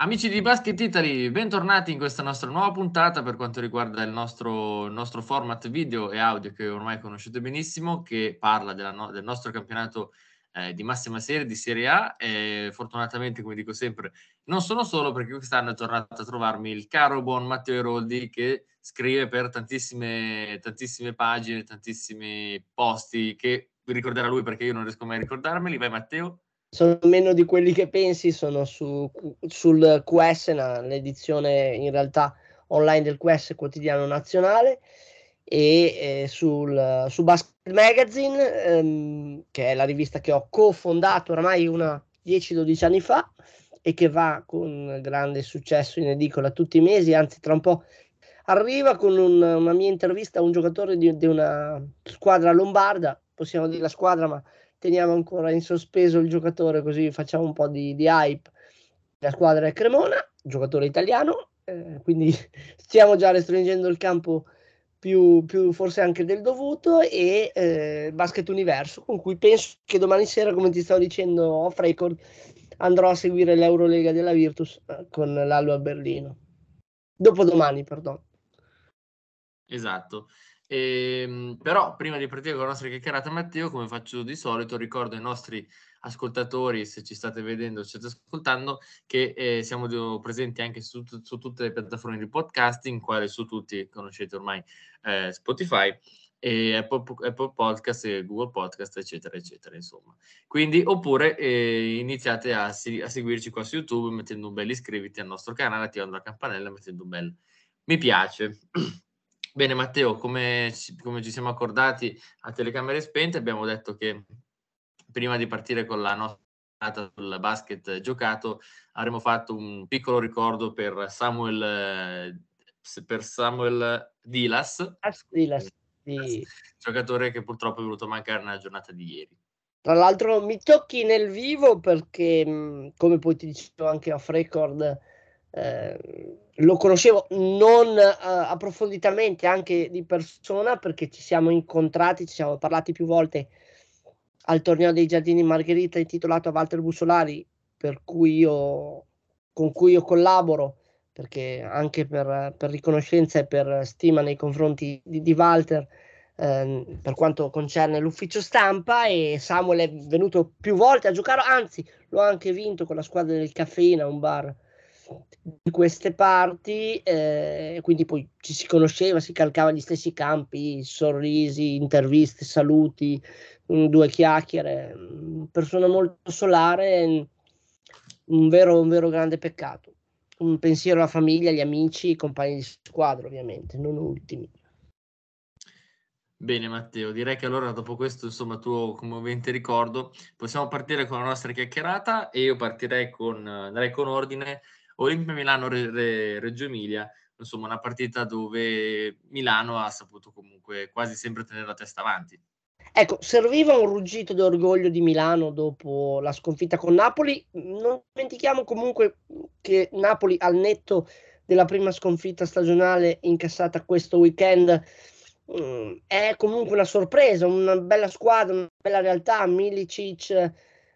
Amici di Basket Italy, bentornati in questa nostra nuova puntata per quanto riguarda il nostro format video e audio che ormai conoscete benissimo, che parla del nostro campionato di massima serie, di Serie A. E fortunatamente, come dico sempre, non sono solo, perché quest'anno è tornato a trovarmi il caro buon Matteo Eroldi, che scrive per tantissime pagine, tantissimi posti che vi ricorderà lui, perché io non riesco mai a ricordarmeli. Vai Matteo. Sono meno di quelli che pensi, sono sul QS, l'edizione in realtà online del QS quotidiano nazionale, e su Basket Magazine, che è la rivista che ho cofondato oramai 10-12 anni fa e che va con grande successo in edicola tutti i mesi, anzi tra un po' arriva con una mia intervista a un giocatore di una squadra lombarda, possiamo dire la squadra, ma teniamo ancora in sospeso il giocatore, così facciamo un po' di hype. La squadra è Cremona, giocatore italiano, quindi stiamo già restringendo il campo più forse anche del dovuto, e Basket Universo, con cui penso che domani sera, come ti stavo dicendo off record, andrò a seguire l'Eurolega della Virtus con l'Alba Berlino. Dopodomani, perdono. Esatto. Però prima di partire con la nostra chiacchierata, Matteo, come faccio di solito, ricordo ai nostri ascoltatori, se ci state vedendo, ci state ascoltando, che siamo presenti anche su tutte le piattaforme di podcasting, quale su tutti conoscete ormai, Spotify e Apple Podcast e Google Podcast, eccetera, eccetera, insomma. Quindi, oppure iniziate a seguirci qua su YouTube mettendo un bel iscriviti al nostro canale, attivando la campanella, mettendo un bel mi piace. Bene Matteo, come ci siamo accordati a telecamere spente, abbiamo detto che prima di partire con la nostra puntata sul basket giocato avremmo fatto un piccolo ricordo per Samuel Dilas, giocatore che purtroppo è venuto a mancare nella giornata di ieri. Tra l'altro mi tocchi nel vivo perché, come poi ti dicevo anche off record, lo conoscevo non approfonditamente anche di persona, perché ci siamo incontrati, ci siamo parlati più volte al torneo dei Giardini Margherita intitolato a Walter Bussolari, con cui io collaboro, perché anche per riconoscenza e per stima nei confronti di Walter, per quanto concerne l'ufficio stampa, e Samuel è venuto più volte a giocare, anzi l'ho anche vinto con la squadra del Caffeina, un bar di queste parti, quindi poi ci si conosceva, si calcava gli stessi campi, sorrisi, interviste, saluti, due chiacchiere, persona molto solare, un vero grande peccato. Un pensiero alla famiglia, agli amici, ai compagni di squadra, ovviamente, non ultimi. Bene Matteo, direi che allora dopo questo, insomma, tuo commovente ricordo, possiamo partire con la nostra chiacchierata, e io andrei con ordine. Olimpia Milano Reggio Emilia, insomma una partita dove Milano ha saputo comunque quasi sempre tenere la testa avanti. Ecco, serviva un ruggito d'orgoglio di Milano dopo la sconfitta con Napoli. Non dimentichiamo comunque che Napoli, al netto della prima sconfitta stagionale incassata questo weekend, è comunque una sorpresa, una bella squadra, una bella realtà. Milicic,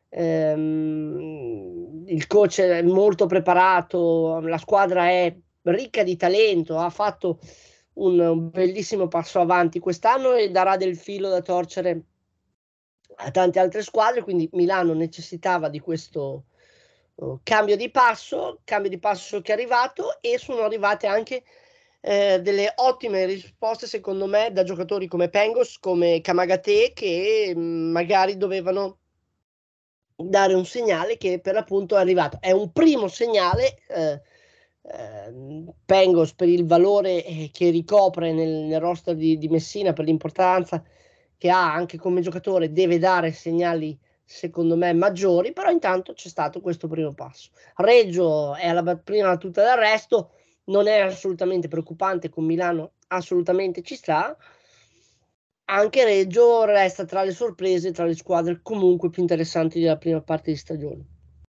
il coach è molto preparato, la squadra è ricca di talento, ha fatto un bellissimo passo avanti quest'anno e darà del filo da torcere a tante altre squadre, quindi Milano necessitava di questo cambio di passo che è arrivato, e sono arrivate anche delle ottime risposte secondo me da giocatori come Pengos, come Kamagate, che magari dovevano dare un segnale che per l'appunto è arrivato. È un primo segnale, Pengos, per il valore che ricopre nel roster di Messina, per l'importanza che ha anche come giocatore, deve dare segnali secondo me maggiori, però intanto c'è stato questo primo passo. Reggio è alla prima battuta d'arresto, non è assolutamente preoccupante, con Milano assolutamente ci sta. Anche Reggio resta tra le sorprese, tra le squadre comunque più interessanti della prima parte di stagione.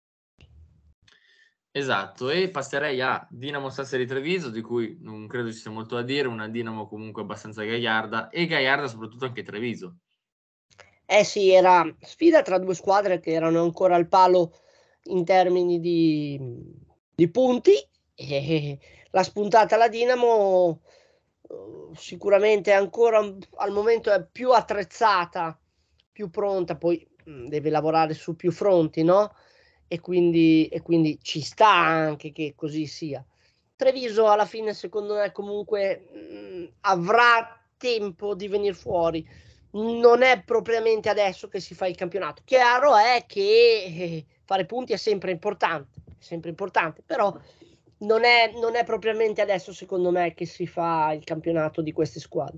Esatto, e passerei a Dinamo Sassari Treviso, di cui non credo ci sia molto da dire, una Dinamo comunque abbastanza gaiarda soprattutto anche Treviso. Eh sì, era sfida tra due squadre che erano ancora al palo in termini di punti, e la spuntata alla Dinamo sicuramente ancora al momento è più attrezzata, più pronta, poi deve lavorare su più fronti, no? E quindi ci sta anche che così sia. Treviso alla fine secondo me comunque avrà tempo di venire fuori, non è propriamente adesso che si fa il campionato. Chiaro è che fare punti è sempre importante, però non è propriamente adesso secondo me che si fa il campionato di queste squadre.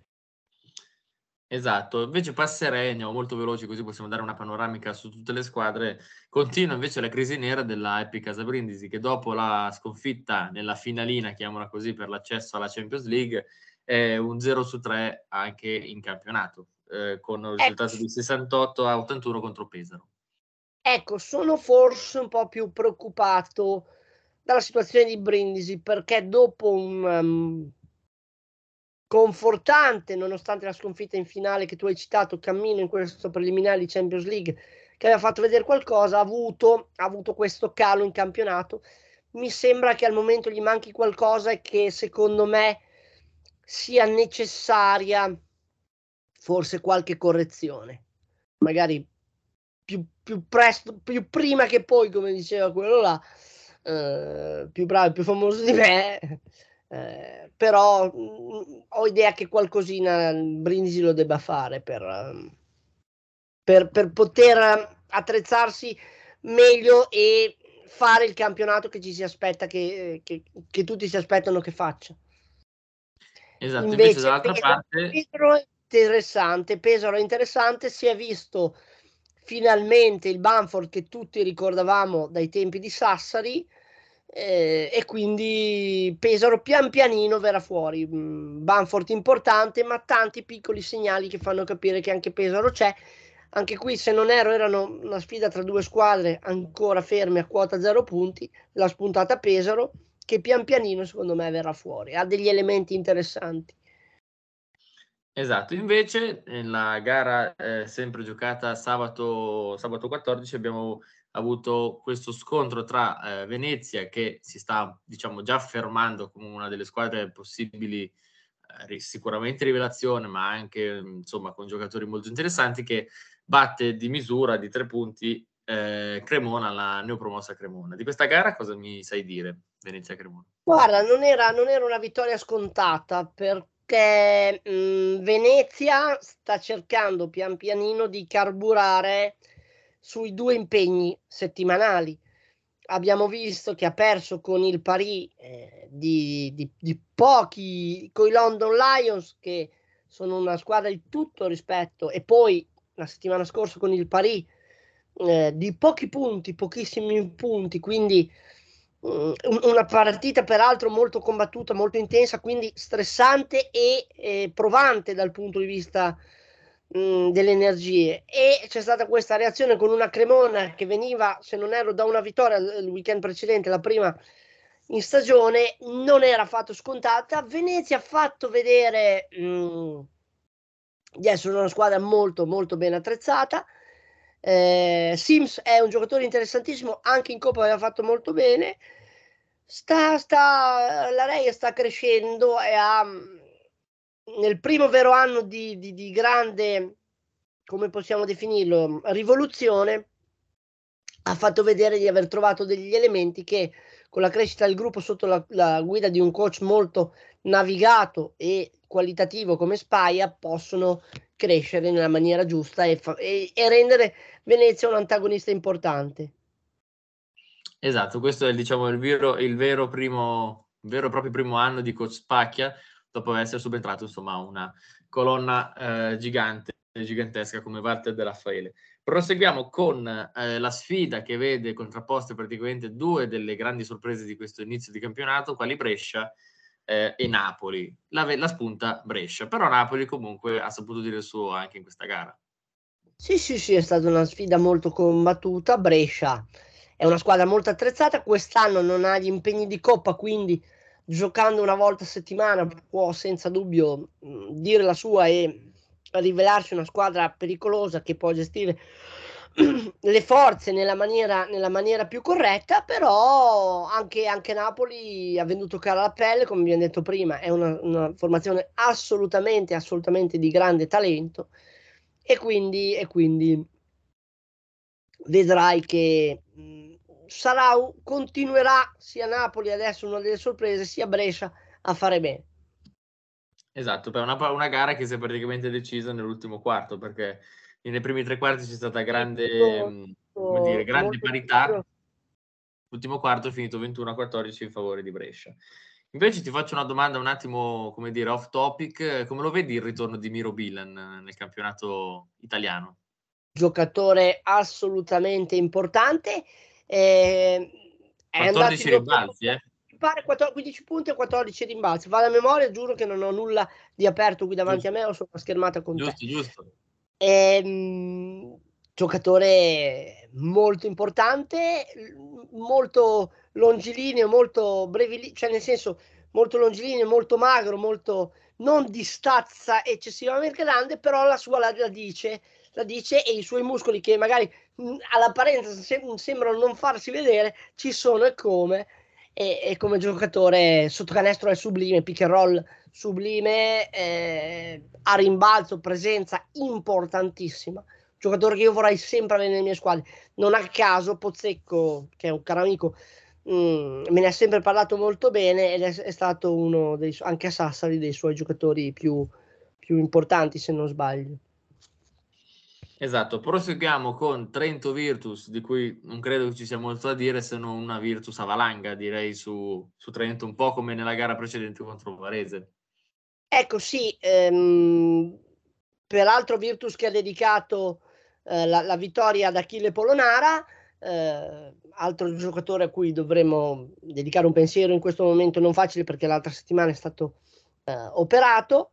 Esatto, invece passerei, andiamo molto veloci così possiamo dare una panoramica su tutte le squadre. Continua invece la crisi nera della Epic Casa Brindisi, che dopo la sconfitta nella finalina, chiamiamola così, per l'accesso alla Champions League, è un 0-3 anche in campionato, con un risultato di 68-81 contro Pesaro. Ecco, sono forse un po' più preoccupato dalla situazione di Brindisi, perché dopo un confortante, nonostante la sconfitta in finale che tu hai citato, cammino in questo preliminare di Champions League, che aveva fatto vedere qualcosa, ha avuto questo calo in campionato. Mi sembra che al momento gli manchi qualcosa e che secondo me sia necessaria forse qualche correzione, magari più presto, più prima che poi, come diceva quello là, più bravo e più famoso di me, però ho idea che qualcosina Brindisi lo debba fare per poter attrezzarsi meglio e fare il campionato che ci si aspetta, che tutti si aspettano che faccia. Esatto, invece Invece dall'altra parte Pesaro è interessante, si è visto finalmente il Bamford che tutti ricordavamo dai tempi di Sassari, e quindi Pesaro pian pianino verrà fuori. Bamford importante, ma tanti piccoli segnali che fanno capire che anche Pesaro c'è. Anche qui, se non erano una sfida tra due squadre ancora ferme a quota 0 punti, la spuntata Pesaro, che pian pianino secondo me verrà fuori, ha degli elementi interessanti. esatto, invece nella gara, sempre giocata sabato 14 abbiamo avuto questo scontro tra, Venezia che si sta, diciamo, già affermando come una delle squadre possibili, sicuramente rivelazione, ma anche, insomma, con giocatori molto interessanti, che batte di misura di 3 punti, Cremona, la neopromossa Cremona. Di questa gara cosa mi sai dire, Venezia-Cremona? Guarda, non era una vittoria scontata perché Venezia sta cercando pian pianino di carburare sui 2 impegni settimanali. Abbiamo visto che ha perso con il Paris di pochi, coi London Lions, che sono una squadra di tutto rispetto, e poi la settimana scorsa con il Paris di pochi punti, pochissimi punti, quindi una partita peraltro molto combattuta, molto intensa, quindi stressante e provante dal punto di vista delle energie. E c'è stata questa reazione con una Cremona che veniva, se non ero, da una vittoria il weekend precedente, la prima in stagione, non era affatto scontata. Venezia ha fatto vedere di essere una squadra molto molto ben attrezzata. Sims è un giocatore interessantissimo, anche in Coppa aveva fatto molto bene. La Reia sta crescendo e nel primo vero anno di grande, come possiamo definirlo, rivoluzione, ha fatto vedere di aver trovato degli elementi che, con la crescita del gruppo sotto la guida di un coach molto navigato e qualitativo come Spaia, possono crescere nella maniera giusta e rendere Venezia un antagonista importante. Esatto, questo è, diciamo, il vero e proprio primo anno di coach Spacchia, dopo essere subentrato, insomma, a una colonna gigantesca come Walter De Raffaele. Proseguiamo con la sfida che vede contrapposte praticamente due delle grandi sorprese di questo inizio di campionato, quali Brescia e Napoli. La spunta Brescia, però Napoli comunque ha saputo dire il suo anche in questa gara. Sì, è stata una sfida molto combattuta. Brescia è una squadra molto attrezzata, quest'anno non ha gli impegni di Coppa, quindi giocando una volta a settimana può senza dubbio dire la sua e rivelarsi una squadra pericolosa che può gestire le forze nella maniera più corretta, però anche Napoli ha venduto cara la pelle, come abbiamo detto prima, è una formazione assolutamente di grande talento, e quindi vedrai che continuerà sia Napoli, adesso una delle sorprese, sia Brescia a fare bene. Esatto, per una gara che si è praticamente decisa nell'ultimo quarto, perché nei primi tre quarti c'è stata grande parità. L'ultimo quarto è finito 21-14 in favore di Brescia. Invece ti faccio una domanda un attimo, come dire, off topic. Come lo vedi il ritorno di Miro Bilan nel campionato italiano? Giocatore assolutamente importante. È 14 rimbalzi, mi pare 15 punti e 14 rimbalzi. Va la memoria, giuro che non ho nulla di aperto qui davanti Giusto. a me, ho sulla schermata con te. Giusto. Giocatore molto importante, molto longilineo, molto cioè nel senso molto longilineo, molto magro, molto non di stazza eccessivamente grande, però la sua la dice, e i suoi muscoli, che magari all'apparenza sembrano non farsi vedere, ci sono, e come. E come giocatore sotto canestro è sublime, pick and roll sublime, a rimbalzo, presenza importantissima, giocatore che io vorrei sempre avere nelle mie squadre. Non a caso Pozzecco, che è un caro amico, me ne ha sempre parlato molto bene, ed è stato uno anche a Sassari, dei suoi giocatori più importanti, se non sbaglio. Esatto, proseguiamo con Trento Virtus, di cui non credo che ci sia molto da dire, se non una Virtus a valanga, direi, su Trento, un po' come nella gara precedente contro Varese. Ecco, sì, peraltro Virtus che ha dedicato la vittoria ad Achille Polonara, altro giocatore a cui dovremmo dedicare un pensiero in questo momento non facile, perché l'altra settimana è stato operato.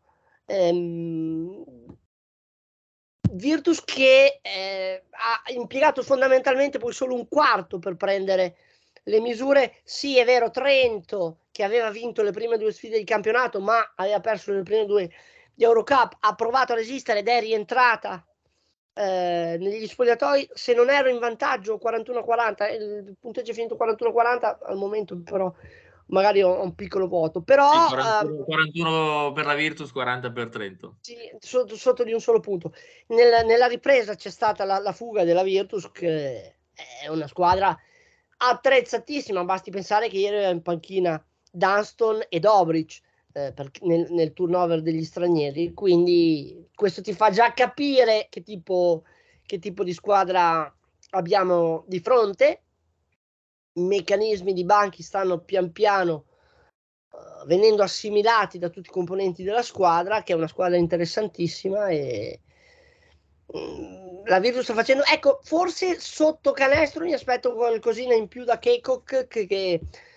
Virtus che ha impiegato fondamentalmente poi solo un quarto per prendere le misure. Sì, è vero, Trento, che aveva vinto le prime due sfide di campionato ma aveva perso le prime due di Eurocup, ha provato a resistere ed è rientrata negli spogliatoi. Se non ero in vantaggio 41-40, il punteggio è finito 41-40 al momento, però magari ho un piccolo vuoto, però sì, 41 per la Virtus, 40 per Trento. sì, sotto di un solo punto. Nella ripresa c'è stata la fuga della Virtus, che è una squadra attrezzatissima. Basti pensare che ieri era in panchina Dunston e Dobric nel turnover degli stranieri, quindi questo ti fa già capire che tipo di squadra abbiamo di fronte. I meccanismi di banchi stanno pian piano venendo assimilati da tutti i componenti della squadra, che è una squadra interessantissima, e la Virtus sta facendo, ecco, forse sotto canestro mi aspetto qualcosina in più da Keikok, che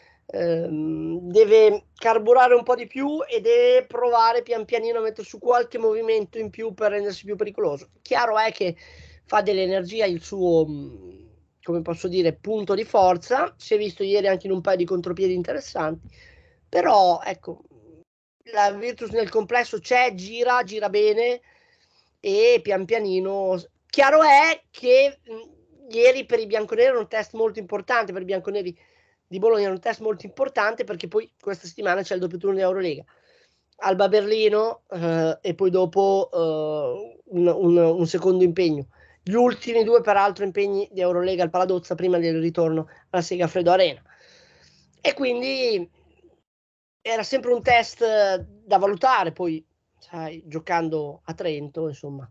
deve carburare un po' di più e deve provare pian pianino a mettere su qualche movimento in più per rendersi più pericoloso. Chiaro è che fa dell'energia il suo, come posso dire, punto di forza. Si è visto ieri anche in un paio di contropiedi interessanti, però ecco, la Virtus nel complesso c'è, gira bene, e pian pianino. Chiaro è che ieri per i bianconeri era un test molto importante, per i bianconeri di Bologna era un test molto importante, perché poi questa settimana c'è il doppio turno di Eurolega, Alba Berlino, e poi dopo un secondo impegno. Gli ultimi due peraltro impegni di Eurolega al Paladozza prima del ritorno alla Segafredo Arena, e quindi era sempre un test da valutare, poi sai, giocando a Trento, insomma.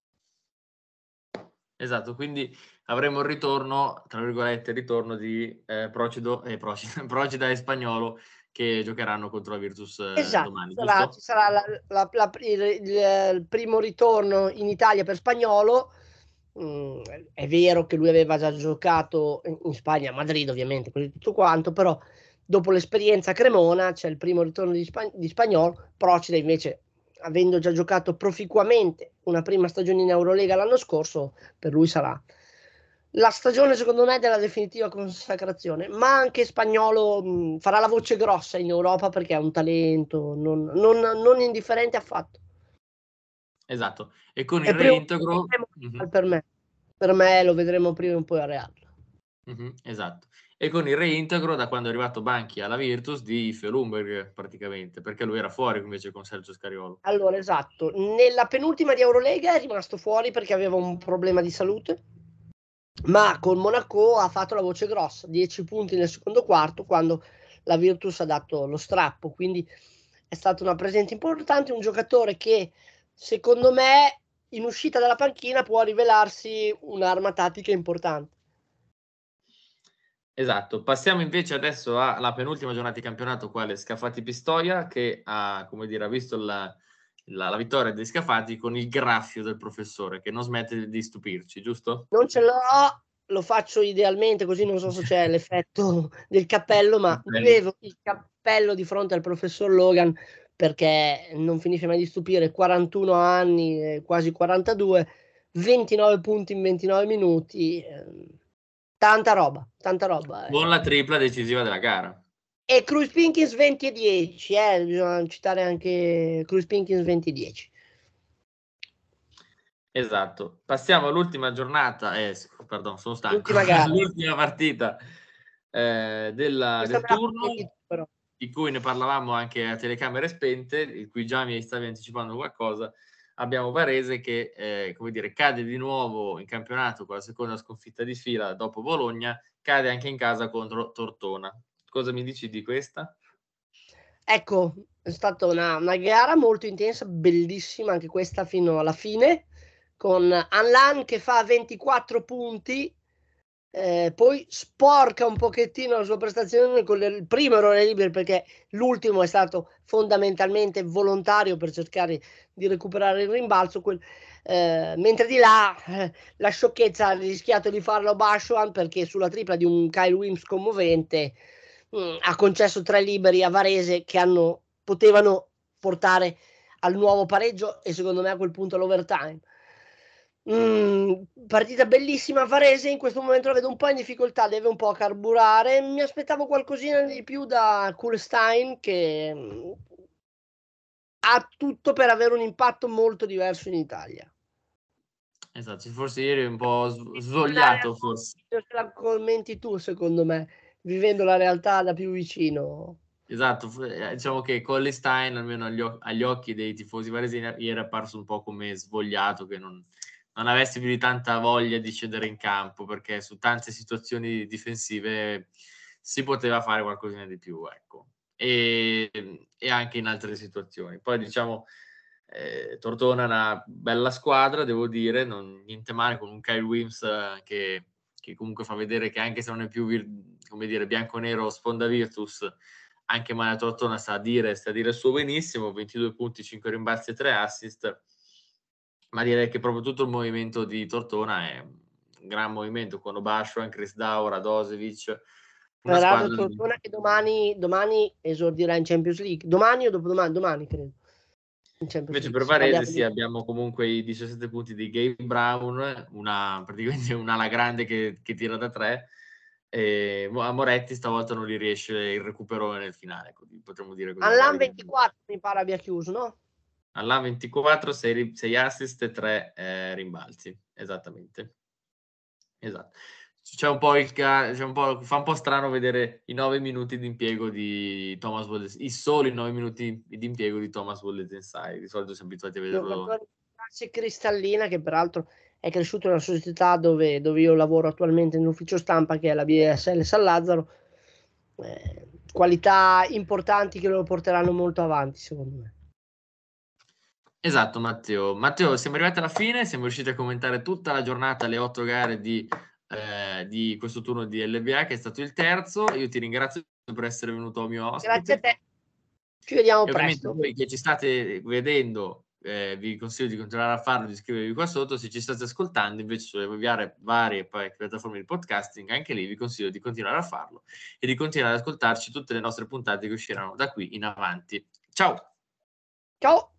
Esatto, quindi avremo il ritorno, tra virgolette, il ritorno di Procida e Spagnolo, che giocheranno contro la Virtus Esatto, domani, ci giusto? sarà il primo ritorno in Italia per Spagnolo. È vero che lui aveva già giocato in Spagna, a Madrid ovviamente, così tutto quanto, però dopo l'esperienza a Cremona c'è il primo ritorno di Spagnolo. Procida invece, avendo già giocato proficuamente una prima stagione in Eurolega l'anno scorso, per lui sarà la stagione, secondo me, della definitiva consacrazione. Ma anche Spagnolo farà la voce grossa in Europa, perché ha un talento non indifferente affatto. Esatto, e con È il il primo reintegro... per me. per me lo vedremo prima o poi a Real. Esatto. E con il reintegro da quando è arrivato Banchi alla Virtus di Fjolumberg praticamente, perché lui era fuori invece con Sergio Scariolo. Allora, esatto, nella penultima di Eurolega è rimasto fuori perché aveva un problema di salute, ma con Monaco ha fatto la voce grossa, 10 punti nel secondo quarto quando la Virtus ha dato lo strappo, quindi è stata una presenza importante, un giocatore che secondo me in uscita dalla panchina può rivelarsi un'arma tattica importante. Esatto, passiamo invece adesso alla penultima giornata di campionato, quale Scafati Pistoia, che ha, come dire, ha visto la vittoria dei Scafati con il graffio del professore, che non smette di stupirci, giusto? Non ce l'ho, lo faccio idealmente, così non so se c'è l'effetto del cappello, ma avevo il cappello di fronte al professor Logan perché non finisce mai di stupire, 41 anni, quasi 42, 29 punti in 29 minuti, tanta roba, tanta roba. Con la tripla decisiva della gara. E Cruz Pinkins 20 e 10, bisogna citare anche Cruz Pinkins 20 e 10. Esatto, passiamo all'ultima giornata, pardon, sono stanco, L'ultima gara. l'ultima partita del turno, di cui ne parlavamo anche a telecamere spente, di cui già mi stavi anticipando qualcosa. Abbiamo Varese che, come dire, cade di nuovo in campionato con la seconda sconfitta di fila dopo Bologna, cade anche in casa contro Tortona. Cosa mi dici di questa? Ecco, è stata una gara molto intensa, bellissima anche questa fino alla fine, con Anlan che fa 24 punti, poi sporca un pochettino la sua prestazione con il primo errore libero, perché l'ultimo è stato fondamentalmente volontario per cercare di recuperare il rimbalzo, mentre di là la sciocchezza ha rischiato di farlo Bashoan, perché sulla tripla di un Kyle Wims commovente ha concesso 3 liberi a Varese che potevano portare al nuovo pareggio e secondo me a quel punto all'overtime. Partita bellissima. Varese in questo momento la vedo un po' in difficoltà, deve un po' carburare. Mi aspettavo qualcosina di più da Kulstein, che ha tutto per avere un impatto molto diverso in Italia. Esatto, forse ieri è un po' svogliato forse. Se la commenti tu, secondo me, vivendo la realtà da più vicino. Esatto, diciamo che Collistein, almeno agli occhi dei tifosi varesini, ieri è apparso un po' come svogliato, che non avesse più di tanta voglia di scendere in campo, perché su tante situazioni difensive si poteva fare qualcosina di più, ecco. E anche in altre situazioni. Poi diciamo, Tortona è una bella squadra, devo dire, niente male con un Kyle Wims che comunque fa vedere che anche se non è più, come dire, bianco-nero sponda Virtus, anche Maria Tortona sta a dire il suo benissimo, 22 punti, 5 rimbalzi e 3 assist, ma direi che proprio tutto il movimento di Tortona è un gran movimento, con Obashuan, Chris Dow, Radosevic, una squadra... Tortona che domani esordirà in Champions League, domani o dopodomani? Domani credo. Invece per Varese sì, abbiamo comunque i 17 punti di Gabe Brown, praticamente un'ala grande che tira da 3, e a Moretti stavolta non gli riesce il recupero nel finale, potremmo dire così. Allan 24 mi pare abbia chiuso, no? Allan 24, 6 assist e 3 rimbalzi, esattamente. Esatto. Fa un po' strano vedere i 9 minuti di impiego di Thomas Wallace, i soli 9 minuti di impiego di Thomas Wallace. Di solito siamo abituati a vederlo. Classe cristallina, che peraltro è cresciuto in una società dove io lavoro attualmente nell'ufficio stampa, che è la BSL San Lazzaro. Qualità importanti che lo porteranno molto avanti, secondo me. Esatto, Matteo. Matteo, siamo arrivati alla fine, siamo riusciti a commentare tutta la giornata, le 8 gare di questo turno di LBA, che è stato il terzo. Io ti ringrazio per essere venuto mio ospite. Grazie a te. Ci vediamo presto. Voi che ci state vedendo, vi consiglio di continuare a farlo, di iscrivervi qua sotto. Se ci state ascoltando invece sulle varie piattaforme di podcasting, anche lì vi consiglio di continuare a farlo e di continuare ad ascoltarci tutte le nostre puntate che usciranno da qui in avanti. Ciao! Ciao!